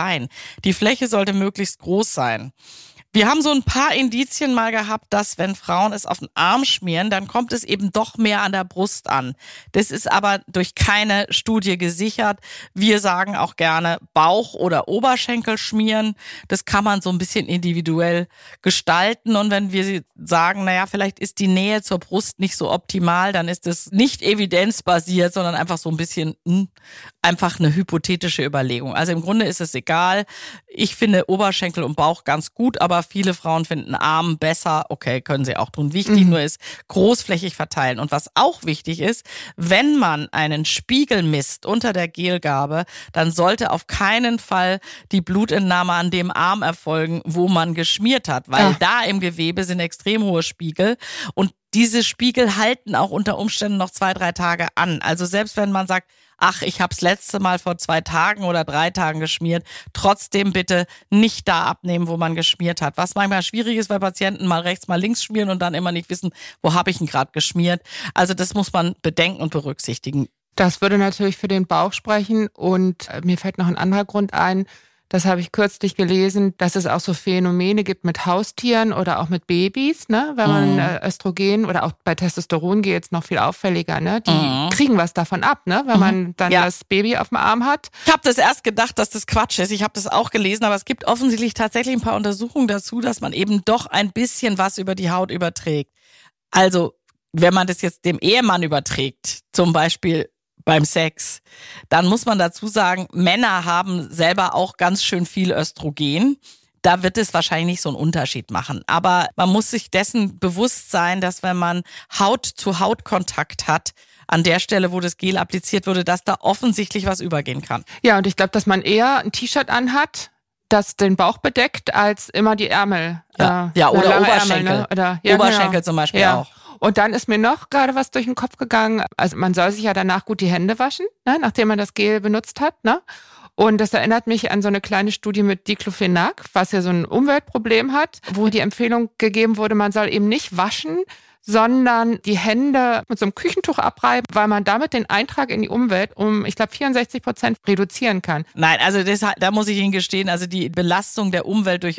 klein. Die Fläche sollte möglichst groß sein. Wir haben so ein paar Indizien mal gehabt, dass wenn Frauen es auf den Arm schmieren, dann kommt es eben doch mehr an der Brust an. Das ist aber durch keine Studie gesichert. Wir sagen auch gerne Bauch oder Oberschenkel schmieren. Das kann man so ein bisschen individuell gestalten. Und wenn wir sagen, naja, vielleicht ist die Nähe zur Brust nicht so optimal, dann ist es nicht evidenzbasiert, sondern einfach so ein bisschen mh, einfach eine hypothetische Überlegung. Also im Grunde ist es egal. Ich finde Oberschenkel und Bauch ganz gut, aber viele Frauen finden Arm besser. Okay, können sie auch tun. Wichtig mhm. nur ist, großflächig verteilen. Und was auch wichtig ist, wenn man einen Spiegel misst unter der Gelgabe, dann sollte auf keinen Fall die Blutentnahme an dem Arm erfolgen, wo man geschmiert hat, weil ja. da im Gewebe sind extrem hohe Spiegel und diese Spiegel halten auch unter Umständen noch zwei, drei Tage an. Also selbst wenn man sagt, ach, ich habe das letzte Mal vor zwei Tagen oder drei Tagen geschmiert, trotzdem bitte nicht da abnehmen, wo man geschmiert hat. Was manchmal schwierig ist, weil Patienten mal rechts, mal links schmieren und dann immer nicht wissen, wo habe ich ihn gerade geschmiert. Also das muss man bedenken und berücksichtigen. Das würde natürlich für den Bauch sprechen und mir fällt noch ein anderer Grund ein. Das habe ich kürzlich gelesen, dass es auch so Phänomene gibt mit Haustieren oder auch mit Babys, ne? Wenn man Mhm. äh, Östrogen oder auch bei Testosteron geht es noch viel auffälliger, ne? Die Mhm. kriegen was davon ab, ne? Wenn man dann Ja. das Baby auf dem Arm hat. Ich habe das erst gedacht, dass das Quatsch ist. Ich habe das auch gelesen, aber es gibt offensichtlich tatsächlich ein paar Untersuchungen dazu, dass man eben doch ein bisschen was über die Haut überträgt. Also, wenn man das jetzt dem Ehemann überträgt, zum Beispiel beim Sex, dann muss man dazu sagen, Männer haben selber auch ganz schön viel Östrogen. Da wird es wahrscheinlich nicht so einen Unterschied machen. Aber man muss sich dessen bewusst sein, dass wenn man Haut-zu-Haut-Kontakt hat, an der Stelle, wo das Gel appliziert wurde, dass da offensichtlich was übergehen kann. Ja, und ich glaube, dass man eher ein T-Shirt anhat, das den Bauch bedeckt, als immer die Ärmel. Ja, äh, ja oder lange Oberschenkel. Ärmel, ne? Oder, ja, Oberschenkel genau. zum Beispiel Ja. auch. Und dann ist mir noch gerade was durch den Kopf gegangen. Also man soll sich ja danach gut die Hände waschen, ne, nachdem man das Gel benutzt hat, ne? Und das erinnert mich an so eine kleine Studie mit Diclofenac, was ja so ein Umweltproblem hat, wo die Empfehlung gegeben wurde, man soll eben nicht waschen, sondern die Hände mit so einem Küchentuch abreiben, weil man damit den Eintrag in die Umwelt um, ich glaube, vierundsechzig Prozent reduzieren kann. Nein, also das, da muss ich Ihnen gestehen, also die Belastung der Umwelt durch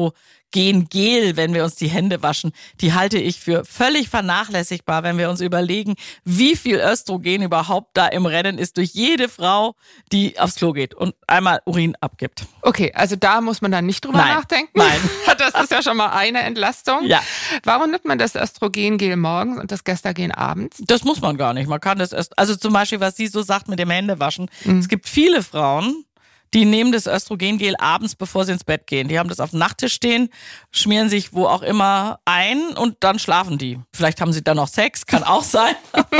Östrogengel, wenn wir uns die Hände waschen, die halte ich für völlig vernachlässigbar, wenn wir uns überlegen, wie viel Östrogen überhaupt da im Rennen ist durch jede Frau, die aufs Klo geht und einmal Urin abgibt. Okay, also da muss man dann nicht drüber Nein, nachdenken. nein. Das ist ja schon mal eine Entlastung. Ja. Warum nimmt man das Östrogengel morgens und das Gestagen abends? Das muss man gar nicht. Man kann das erst, also zum Beispiel, was sie so sagt mit dem Händewaschen. Mhm. Es gibt viele Frauen, die nehmen das Östrogengel abends, bevor sie ins Bett gehen. Die haben das auf dem Nachttisch stehen, schmieren sich wo auch immer ein und dann schlafen die. Vielleicht haben sie dann noch Sex, kann auch sein.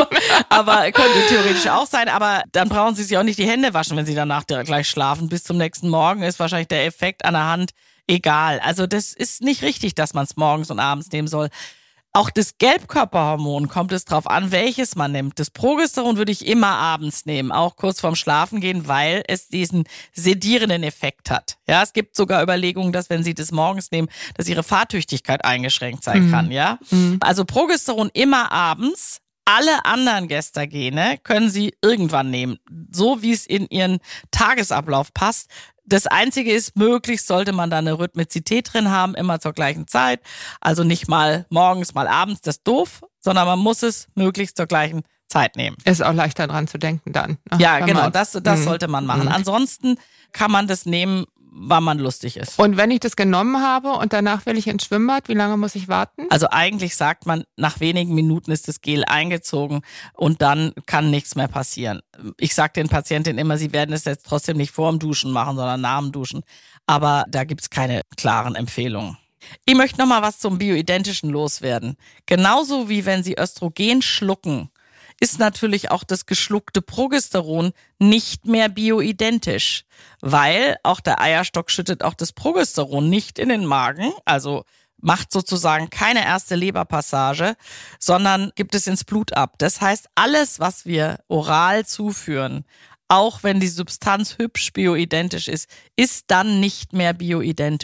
aber könnte theoretisch auch sein. Aber dann brauchen sie sich auch nicht die Hände waschen, wenn sie danach gleich schlafen. Bis zum nächsten Morgen ist wahrscheinlich der Effekt an der Hand egal. Also das ist nicht richtig, dass man es morgens und abends nehmen soll. Auch das Gelbkörperhormon kommt es drauf an, welches man nimmt. Das Progesteron würde ich immer abends nehmen, auch kurz vorm Schlafengehen, weil es diesen sedierenden Effekt hat. Ja, es gibt sogar Überlegungen, dass wenn Sie das morgens nehmen, dass Ihre Fahrtüchtigkeit eingeschränkt sein mhm. kann. Ja, mhm. Also Progesteron immer abends. Alle anderen Gestagene können Sie irgendwann nehmen, so wie es in Ihren Tagesablauf passt. Das Einzige ist, möglichst sollte man da eine Rhythmizität drin haben, immer zur gleichen Zeit. Also nicht mal morgens, mal abends, das ist doof, sondern man muss es möglichst zur gleichen Zeit nehmen. Ist auch leichter dran zu denken dann. Ach, ja, genau, das, das mhm. sollte man machen. Ansonsten kann man das nehmen, wann man lustig ist. Und wenn ich das genommen habe und danach will ich ins Schwimmbad, wie lange muss ich warten? Also eigentlich sagt man, nach wenigen Minuten ist das Gel eingezogen und dann kann nichts mehr passieren. Ich sage den Patientinnen immer, sie werden es jetzt trotzdem nicht vor dem Duschen machen, sondern nach dem Duschen. Aber da gibt's keine klaren Empfehlungen. Ich möchte noch mal was zum Bioidentischen loswerden. Genauso wie wenn Sie Östrogen schlucken, ist natürlich auch das geschluckte Progesteron nicht mehr bioidentisch, weil auch der Eierstock schüttet auch das Progesteron nicht in den Magen, also macht sozusagen keine erste Leberpassage, sondern gibt es ins Blut ab. Das heißt, alles, was wir oral zuführen, auch wenn die Substanz hübsch bioidentisch ist, ist dann nicht mehr bioidentisch.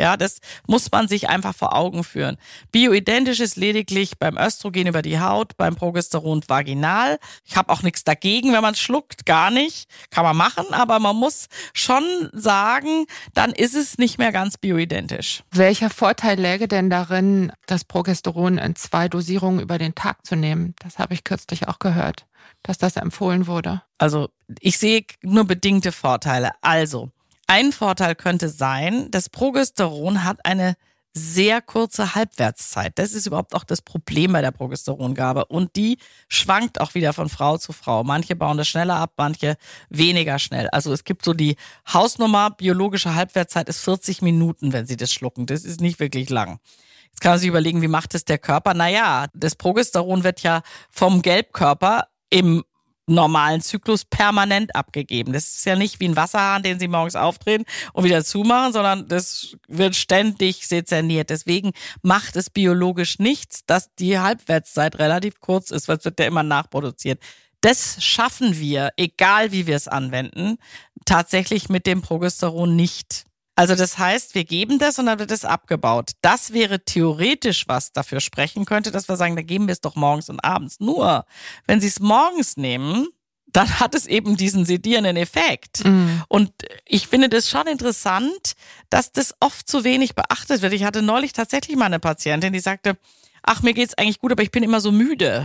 Ja, das muss man sich einfach vor Augen führen. Bioidentisch ist lediglich beim Östrogen über die Haut, beim Progesteron vaginal. Ich habe auch nichts dagegen, wenn man es schluckt, gar nicht. Kann man machen, aber man muss schon sagen, dann ist es nicht mehr ganz bioidentisch. Welcher Vorteil läge denn darin, das Progesteron in zwei Dosierungen über den Tag zu nehmen? Das habe ich kürzlich auch gehört, dass das empfohlen wurde. Also ich sehe nur bedingte Vorteile. Also ein Vorteil könnte sein, das Progesteron hat eine sehr kurze Halbwertszeit. Das ist überhaupt auch das Problem bei der Progesterongabe. Und die schwankt auch wieder von Frau zu Frau. Manche bauen das schneller ab, manche weniger schnell. Also es gibt so die Hausnummer, biologische Halbwertszeit ist vierzig Minuten, wenn Sie das schlucken. Das ist nicht wirklich lang. Jetzt kann man sich überlegen, wie macht es der Körper? Naja, das Progesteron wird ja vom Gelbkörper im normalen Zyklus permanent abgegeben. Das ist ja nicht wie ein Wasserhahn, den Sie morgens aufdrehen und wieder zumachen, sondern das wird ständig sezerniert. Deswegen macht es biologisch nichts, dass die Halbwertszeit relativ kurz ist, weil es wird ja immer nachproduziert. Das schaffen wir, egal wie wir es anwenden, tatsächlich mit dem Progesteron nicht. Also das heißt, wir geben das und dann wird es abgebaut. Das wäre theoretisch was dafür sprechen könnte, dass wir sagen, da geben wir es doch morgens und abends. Nur, wenn Sie es morgens nehmen, dann hat es eben diesen sedierenden Effekt. Mhm. Und ich finde das schon interessant, dass das oft zu wenig beachtet wird. Ich hatte neulich tatsächlich mal eine Patientin, die sagte, ach, mir geht's eigentlich gut, aber ich bin immer so müde.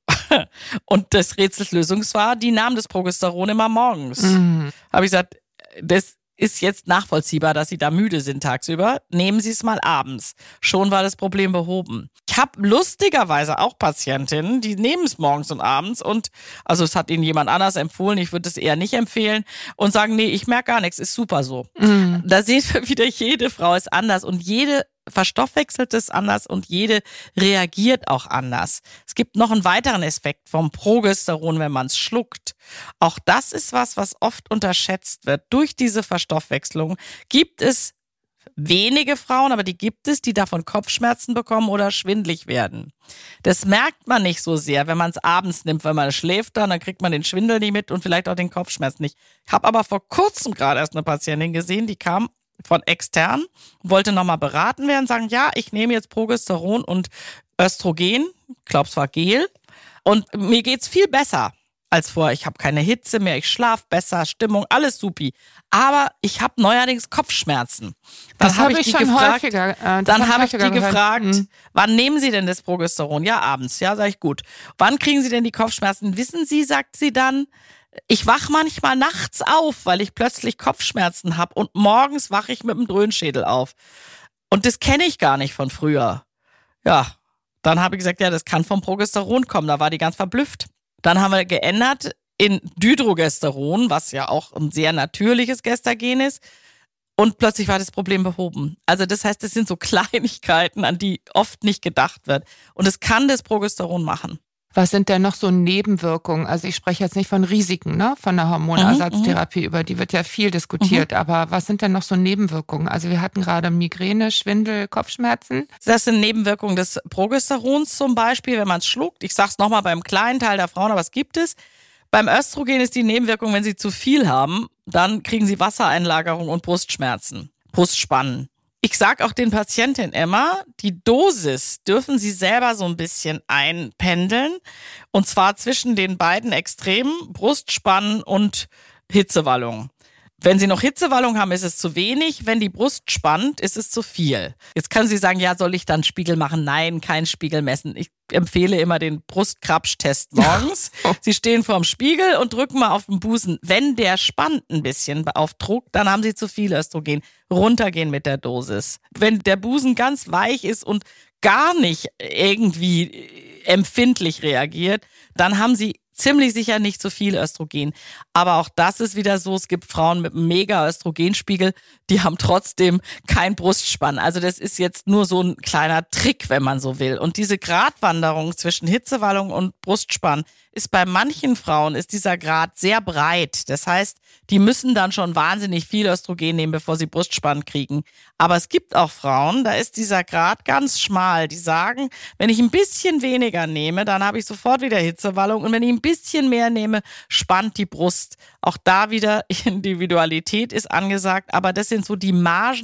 Und das Rätselslösung war, die nahm das Progesteron immer morgens. Mhm. Habe ich gesagt, das ist jetzt nachvollziehbar, dass Sie da müde sind tagsüber. Nehmen Sie es mal abends. Schon war das Problem behoben. Ich habe lustigerweise auch Patientinnen, die nehmen es morgens und abends und, also es hat ihnen jemand anders empfohlen, ich würde es eher nicht empfehlen und sagen, nee, ich merke gar nichts, ist super so. Mhm. Da sehen wir wieder, jede Frau ist anders und jede verstoffwechselt es anders und jede reagiert auch anders. Es gibt noch einen weiteren Aspekt vom Progesteron, wenn man es schluckt. Auch das ist was, was oft unterschätzt wird. Durch diese Verstoffwechslung gibt es wenige Frauen, aber die gibt es, die davon Kopfschmerzen bekommen oder schwindelig werden. Das merkt man nicht so sehr, wenn man es abends nimmt, weil man schläft dann, dann kriegt man den Schwindel nicht mit und vielleicht auch den Kopfschmerz nicht. Ich habe aber vor kurzem gerade erst eine Patientin gesehen, die kam von extern, wollte nochmal beraten werden, sagen, ja, ich nehme jetzt Progesteron und Östrogen, ich glaube es war Gel, und mir geht's viel besser als vorher. Ich habe keine Hitze mehr, ich schlafe besser, Stimmung, alles supi. Aber ich habe neuerdings Kopfschmerzen. Dann das habe hab ich, ich schon gefragt, häufiger. Äh, dann habe ich die gehört. gefragt, mhm. wann nehmen Sie denn das Progesteron? Ja, abends. Ja, sage ich gut. Wann kriegen Sie denn die Kopfschmerzen? Wissen Sie, sagt sie dann, ich wach manchmal nachts auf, weil ich plötzlich Kopfschmerzen habe und morgens wache ich mit einem Dröhnschädel auf. Und das kenne ich gar nicht von früher. Ja, dann habe ich gesagt, ja, das kann vom Progesteron kommen. Da war die ganz verblüfft. Dann haben wir geändert in Dydrogesteron, was ja auch ein sehr natürliches Gestagen ist. Und plötzlich war das Problem behoben. Also das heißt, das sind so Kleinigkeiten, an die oft nicht gedacht wird. Und es kann das Progesteron machen. Was sind denn noch so Nebenwirkungen? Also ich spreche jetzt nicht von Risiken, ne, von der Hormonersatztherapie, mhm, über die wird ja viel diskutiert. Mhm. Aber was sind denn noch so Nebenwirkungen? Also wir hatten gerade Migräne, Schwindel, Kopfschmerzen. Das sind Nebenwirkungen des Progesterons zum Beispiel, wenn man es schluckt. Ich sag's nochmal beim kleinen Teil der Frauen, aber es gibt es. Beim Östrogen ist die Nebenwirkung, wenn sie zu viel haben, dann kriegen sie Wassereinlagerung und Brustschmerzen, Brustspannen. Ich sag auch den Patientinnen immer, die Dosis dürfen sie selber so ein bisschen einpendeln. Und zwar zwischen den beiden Extremen, Brustspannen und Hitzewallung. Wenn Sie noch Hitzewallung haben, ist es zu wenig. Wenn die Brust spannt, ist es zu viel. Jetzt können Sie sagen, ja, soll ich dann Spiegel machen? Nein, kein Spiegel messen. Ich empfehle immer den Brustkrabsch-Test morgens. Sie stehen vorm Spiegel und drücken mal auf den Busen. Wenn der spannt ein bisschen auf Druck, dann haben Sie zu viel Östrogen. Runtergehen mit der Dosis. Wenn der Busen ganz weich ist und gar nicht irgendwie empfindlich reagiert, dann haben Sie ziemlich sicher nicht so viel Östrogen. Aber auch das ist wieder so, es gibt Frauen mit einem mega Östrogenspiegel, die haben trotzdem kein Brustspann. Also das ist jetzt nur so ein kleiner Trick, wenn man so will. Und diese Gratwanderung zwischen Hitzewallung und Brustspann ist bei manchen Frauen, ist dieser Grad sehr breit. Das heißt, die müssen dann schon wahnsinnig viel Östrogen nehmen, bevor sie Brustspann kriegen. Aber es gibt auch Frauen, da ist dieser Grad ganz schmal. Die sagen, wenn ich ein bisschen weniger nehme, dann habe ich sofort wieder Hitzewallung. Und wenn ich ein bisschen mehr nehme, spannt die Brust. Auch da wieder Individualität ist angesagt. Aber das sind so die Margen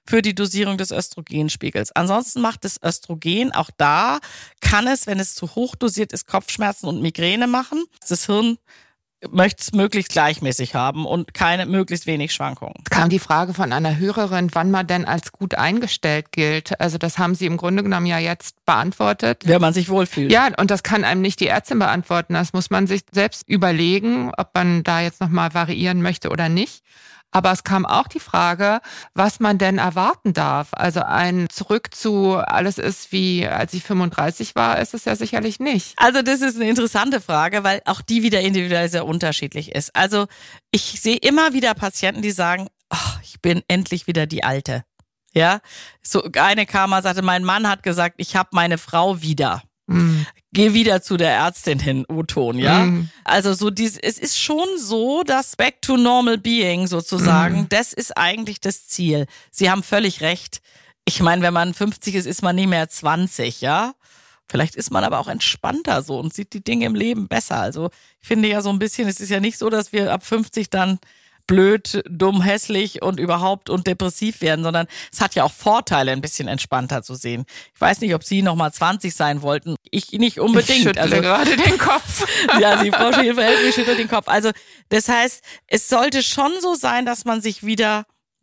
für die Dosierung des Östrogenspiegels. Ansonsten macht das Östrogen, auch da kann es, wenn es zu hoch dosiert ist, Kopfschmerzen und Migräne machen. Das Hirn möchte es möglichst gleichmäßig haben und keine möglichst wenig Schwankungen. Es kam die Frage von einer Hörerin, wann man denn als gut eingestellt gilt. Also das haben Sie im Grunde genommen ja jetzt beantwortet. Wenn man sich wohlfühlt. Ja, und das kann einem nicht die Ärztin beantworten. Das muss man sich selbst überlegen, ob man da jetzt nochmal variieren möchte oder nicht. Aber es kam auch die Frage, was man denn erwarten darf. Also ein Zurück zu alles ist wie als ich fünfunddreißig war, ist es ja sicherlich nicht. Also das ist eine interessante Frage, weil auch die wieder individuell sehr unterschiedlich ist. Also ich sehe immer wieder Patienten, die sagen, oh, ich bin endlich wieder die Alte. Ja, so eine kam mal, sagte, mein Mann hat gesagt, ich habe meine Frau wieder. Mm. Geh wieder zu der Ärztin hin, O-Ton, ja. Mm. Also so dies, es ist schon so, dass back to normal being sozusagen, mm. das ist eigentlich das Ziel. Sie haben völlig recht. Ich meine, wenn man fünfzig ist, ist man nie mehr zwanzig, ja. Vielleicht ist man aber auch entspannter so und sieht die Dinge im Leben besser. Also ich finde ja so ein bisschen, es ist ja nicht so, dass wir ab fünfzig dann blöd, dumm, hässlich und überhaupt und depressiv werden, sondern es hat ja auch Vorteile, ein bisschen entspannter zu sehen. Ich weiß nicht, ob Sie noch mal zwanzig sein wollten. Ich nicht unbedingt. Ich schüttle also, gerade den Kopf. Ja, Sie, Frau Schäfer-Helfrich, schüttelt den Kopf. Also das heißt, es sollte schon so sein, dass man sich wieder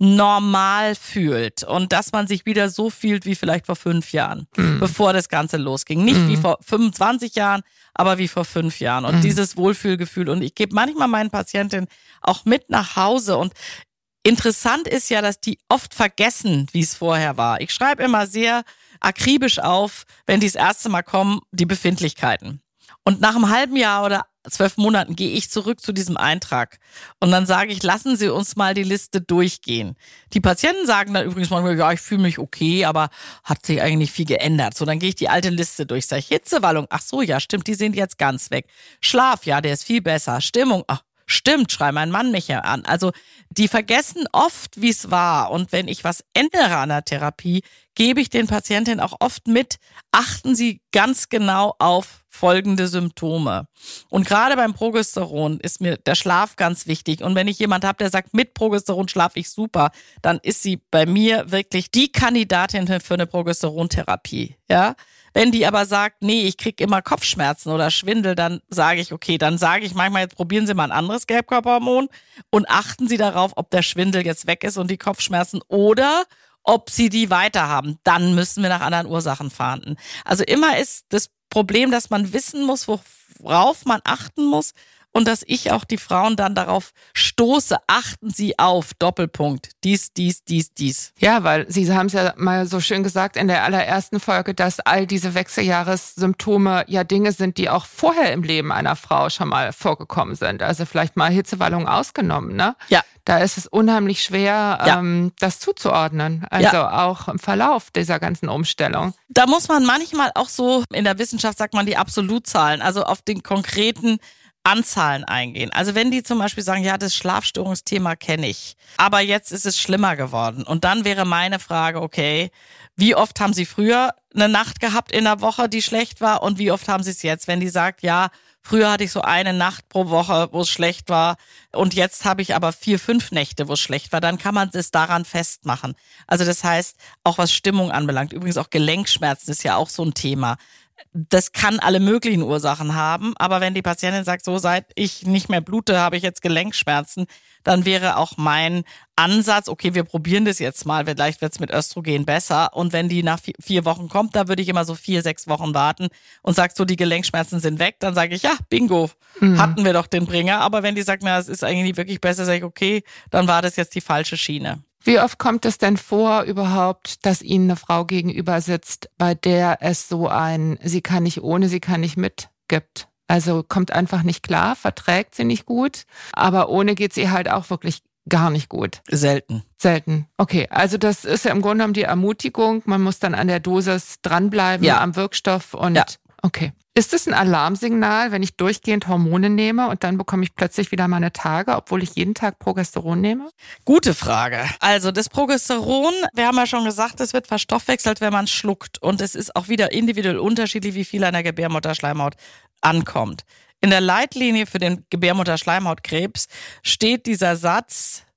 normal fühlt und dass man sich wieder so fühlt wie vielleicht vor fünf Jahren, mhm. bevor das Ganze losging. Nicht mhm. wie vor fünfundzwanzig Jahren, aber wie vor fünf Jahren. Und mhm. dieses Wohlfühlgefühl. Und ich gebe manchmal meinen Patientinnen auch mit nach Hause. Und interessant ist ja, dass die oft vergessen, wie es vorher war. Ich schreibe immer sehr akribisch auf, wenn die das erste Mal kommen, die Befindlichkeiten. Und nach einem halben Jahr oder zwölf Monaten gehe ich zurück zu diesem Eintrag. Und dann sage ich, lassen Sie uns mal die Liste durchgehen. Die Patienten sagen dann übrigens manchmal, ja, ich fühle mich okay, aber hat sich eigentlich nicht viel geändert. So, dann gehe ich die alte Liste durch. Sag ich, Hitzewallung, ach so, ja, stimmt, die sind jetzt ganz weg. Schlaf, ja, der ist viel besser. Stimmung, ach, stimmt, schrei mein Mann mich ja an. Also die vergessen oft, wie es war. Und wenn ich was ändere an der Therapie, gebe ich den Patientinnen auch oft mit, achten Sie ganz genau auf folgende Symptome. Und gerade beim Progesteron ist mir der Schlaf ganz wichtig. Und wenn ich jemand habe, der sagt, mit Progesteron schlafe ich super, dann ist sie bei mir wirklich die Kandidatin für eine Progesterontherapie. Ja? Wenn die aber sagt, nee, ich kriege immer Kopfschmerzen oder Schwindel, dann sage ich, okay, dann sage ich manchmal, jetzt probieren Sie mal ein anderes Gelbkörperhormon und achten Sie darauf, ob der Schwindel jetzt weg ist und die Kopfschmerzen oder ob Sie die weiter haben. Dann müssen wir nach anderen Ursachen fahnden. Also immer ist das Problem, dass man wissen muss, worauf man achten muss und dass ich auch die Frauen dann darauf stoße, achten Sie auf, Doppelpunkt, dies, dies, dies, dies. Ja, weil Sie haben es ja mal so schön gesagt in der allerersten Folge, dass all diese Wechseljahressymptome ja Dinge sind, die auch vorher im Leben einer Frau schon mal vorgekommen sind. Also vielleicht mal Hitzewallung ausgenommen, ne? Ja. Da ist es unheimlich schwer, ja. ähm, das zuzuordnen. Also ja. auch im Verlauf dieser ganzen Umstellung. Da muss man manchmal auch so, in der Wissenschaft sagt man die Absolutzahlen, also auf den konkreten Anzahlen eingehen. Also wenn die zum Beispiel sagen, ja, das Schlafstörungsthema kenne ich, aber jetzt ist es schlimmer geworden. Und dann wäre meine Frage, okay, wie oft haben Sie früher eine Nacht gehabt in der Woche, die schlecht war und wie oft haben Sie es jetzt? Wenn die sagt, ja, früher hatte ich so eine Nacht pro Woche, wo es schlecht war und jetzt habe ich aber vier, fünf Nächte, wo es schlecht war, dann kann man es daran festmachen. Also das heißt, auch was Stimmung anbelangt, übrigens auch Gelenkschmerzen ist ja auch so ein Thema. Das kann alle möglichen Ursachen haben, aber wenn die Patientin sagt, so seit ich nicht mehr blute, habe ich jetzt Gelenkschmerzen, dann wäre auch mein Ansatz, okay, wir probieren das jetzt mal, vielleicht wird es mit Östrogen besser und wenn die nach vier Wochen kommt, da würde ich immer so vier, sechs Wochen warten und sagt so, die Gelenkschmerzen sind weg, dann sage ich, ja, bingo, mhm. hatten wir doch den Bringer, aber wenn die sagt, na, es ist eigentlich nicht wirklich besser, sage ich, okay, dann war das jetzt die falsche Schiene. Wie oft kommt es denn vor überhaupt, dass Ihnen eine Frau gegenüber sitzt, bei der es so ein sie kann nicht ohne, sie kann nicht mit gibt? Also kommt einfach nicht klar, verträgt sie nicht gut, aber ohne geht sie halt auch wirklich gar nicht gut. Selten. Selten. Okay, also das ist ja im Grunde genommen die Ermutigung, man muss dann an der Dosis dranbleiben, ja. am Wirkstoff und ja. okay. Ist es ein Alarmsignal, wenn ich durchgehend Hormone nehme und dann bekomme ich plötzlich wieder meine Tage, obwohl ich jeden Tag Progesteron nehme? Gute Frage. Also das Progesteron, wir haben ja schon gesagt, es wird verstoffwechselt, wenn man schluckt. Und es ist auch wieder individuell unterschiedlich, wie viel an der Gebärmutterschleimhaut ankommt. In der Leitlinie für den Gebärmutterschleimhautkrebs steht dieser Satz,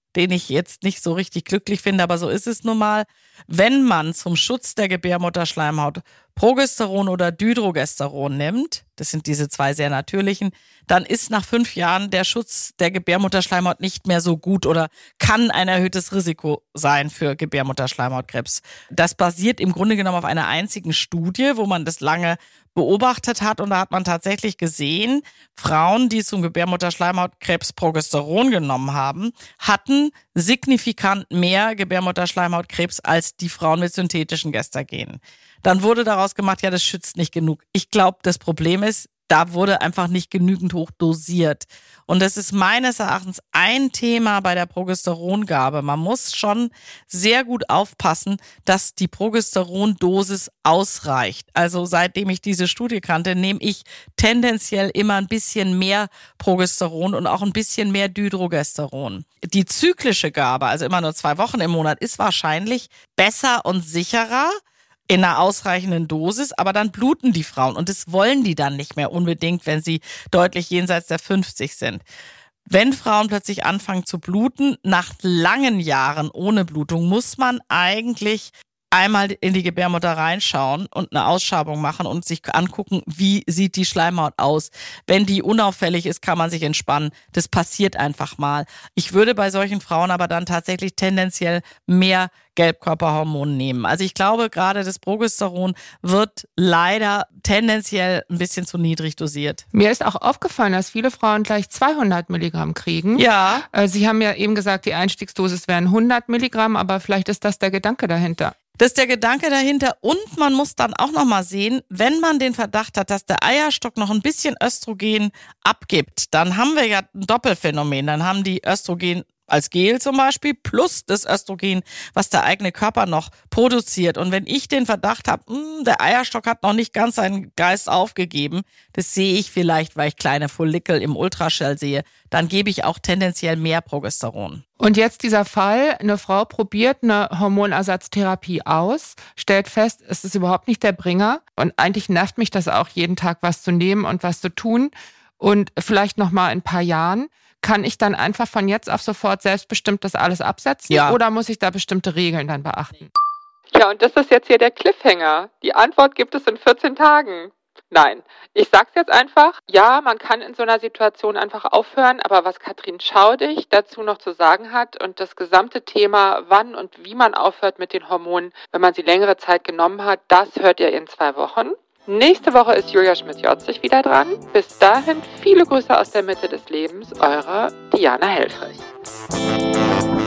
den ich jetzt nicht so richtig glücklich finde, aber so ist es nun mal. Wenn man zum Schutz der Gebärmutterschleimhaut Progesteron oder Dydrogesteron nimmt, das sind diese zwei sehr natürlichen, dann ist nach fünf Jahren der Schutz der Gebärmutterschleimhaut nicht mehr so gut oder kann ein erhöhtes Risiko sein für Gebärmutterschleimhautkrebs. Das basiert im Grunde genommen auf einer einzigen Studie, wo man das lange beobachtet hat, und da hat man tatsächlich gesehen, Frauen, die zum Gebärmutterschleimhautkrebs Progesteron genommen haben, hatten signifikant mehr Gebärmutterschleimhautkrebs als die Frauen mit synthetischen Gestagenen. Dann wurde daraus gemacht, ja, das schützt nicht genug. Ich glaube, das Problem ist, da wurde einfach nicht genügend hoch dosiert. Und das ist meines Erachtens ein Thema bei der Progesterongabe. Man muss schon sehr gut aufpassen, dass die Progesterondosis ausreicht. Also seitdem ich diese Studie kannte, nehme ich tendenziell immer ein bisschen mehr Progesteron und auch ein bisschen mehr Dydrogesteron. Die zyklische Gabe, also immer nur zwei Wochen im Monat, ist wahrscheinlich besser und sicherer in einer ausreichenden Dosis, aber dann bluten die Frauen und das wollen die dann nicht mehr unbedingt, wenn sie deutlich jenseits der fünfzig sind. Wenn Frauen plötzlich anfangen zu bluten, nach langen Jahren ohne Blutung, muss man eigentlich einmal in die Gebärmutter reinschauen und eine Ausschabung machen und sich angucken, wie sieht die Schleimhaut aus. Wenn die unauffällig ist, kann man sich entspannen. Das passiert einfach mal. Ich würde bei solchen Frauen aber dann tatsächlich tendenziell mehr Gelbkörperhormon nehmen. Also ich glaube, gerade das Progesteron wird leider tendenziell ein bisschen zu niedrig dosiert. Mir ist auch aufgefallen, dass viele Frauen gleich zweihundert Milligramm kriegen. Ja. Sie haben ja eben gesagt, die Einstiegsdosis wären hundert Milligramm, aber vielleicht ist das der Gedanke dahinter. Das ist der Gedanke dahinter, und man muss dann auch nochmal sehen, wenn man den Verdacht hat, dass der Eierstock noch ein bisschen Östrogen abgibt, dann haben wir ja ein Doppelphänomen. Dann haben die Östrogen als Gel zum Beispiel, plus das Östrogen, was der eigene Körper noch produziert. Und wenn ich den Verdacht habe, der Eierstock hat noch nicht ganz seinen Geist aufgegeben, das sehe ich vielleicht, weil ich kleine Follikel im Ultraschall sehe, dann gebe ich auch tendenziell mehr Progesteron. Und jetzt dieser Fall, eine Frau probiert eine Hormonersatztherapie aus, stellt fest, es ist überhaupt nicht der Bringer und eigentlich nervt mich das auch, jeden Tag was zu nehmen und was zu tun, und vielleicht noch mal in ein paar Jahren. Kann ich dann einfach von jetzt auf sofort selbstbestimmt das alles absetzen? Ja. Oder muss ich da bestimmte Regeln dann beachten? Ja, und das ist jetzt hier der Cliffhanger. Die Antwort gibt es in vierzehn Tagen. Nein, ich sag's jetzt einfach. Ja, man kann in so einer Situation einfach aufhören, aber was Katrin Schaudig dazu noch zu sagen hat und das gesamte Thema, wann und wie man aufhört mit den Hormonen, wenn man sie längere Zeit genommen hat, das hört ihr in zwei Wochen. Nächste Woche ist Julia Schmidt-Jotzig wieder dran. Bis dahin viele Grüße aus der Mitte des Lebens, eure Diana Helfrich.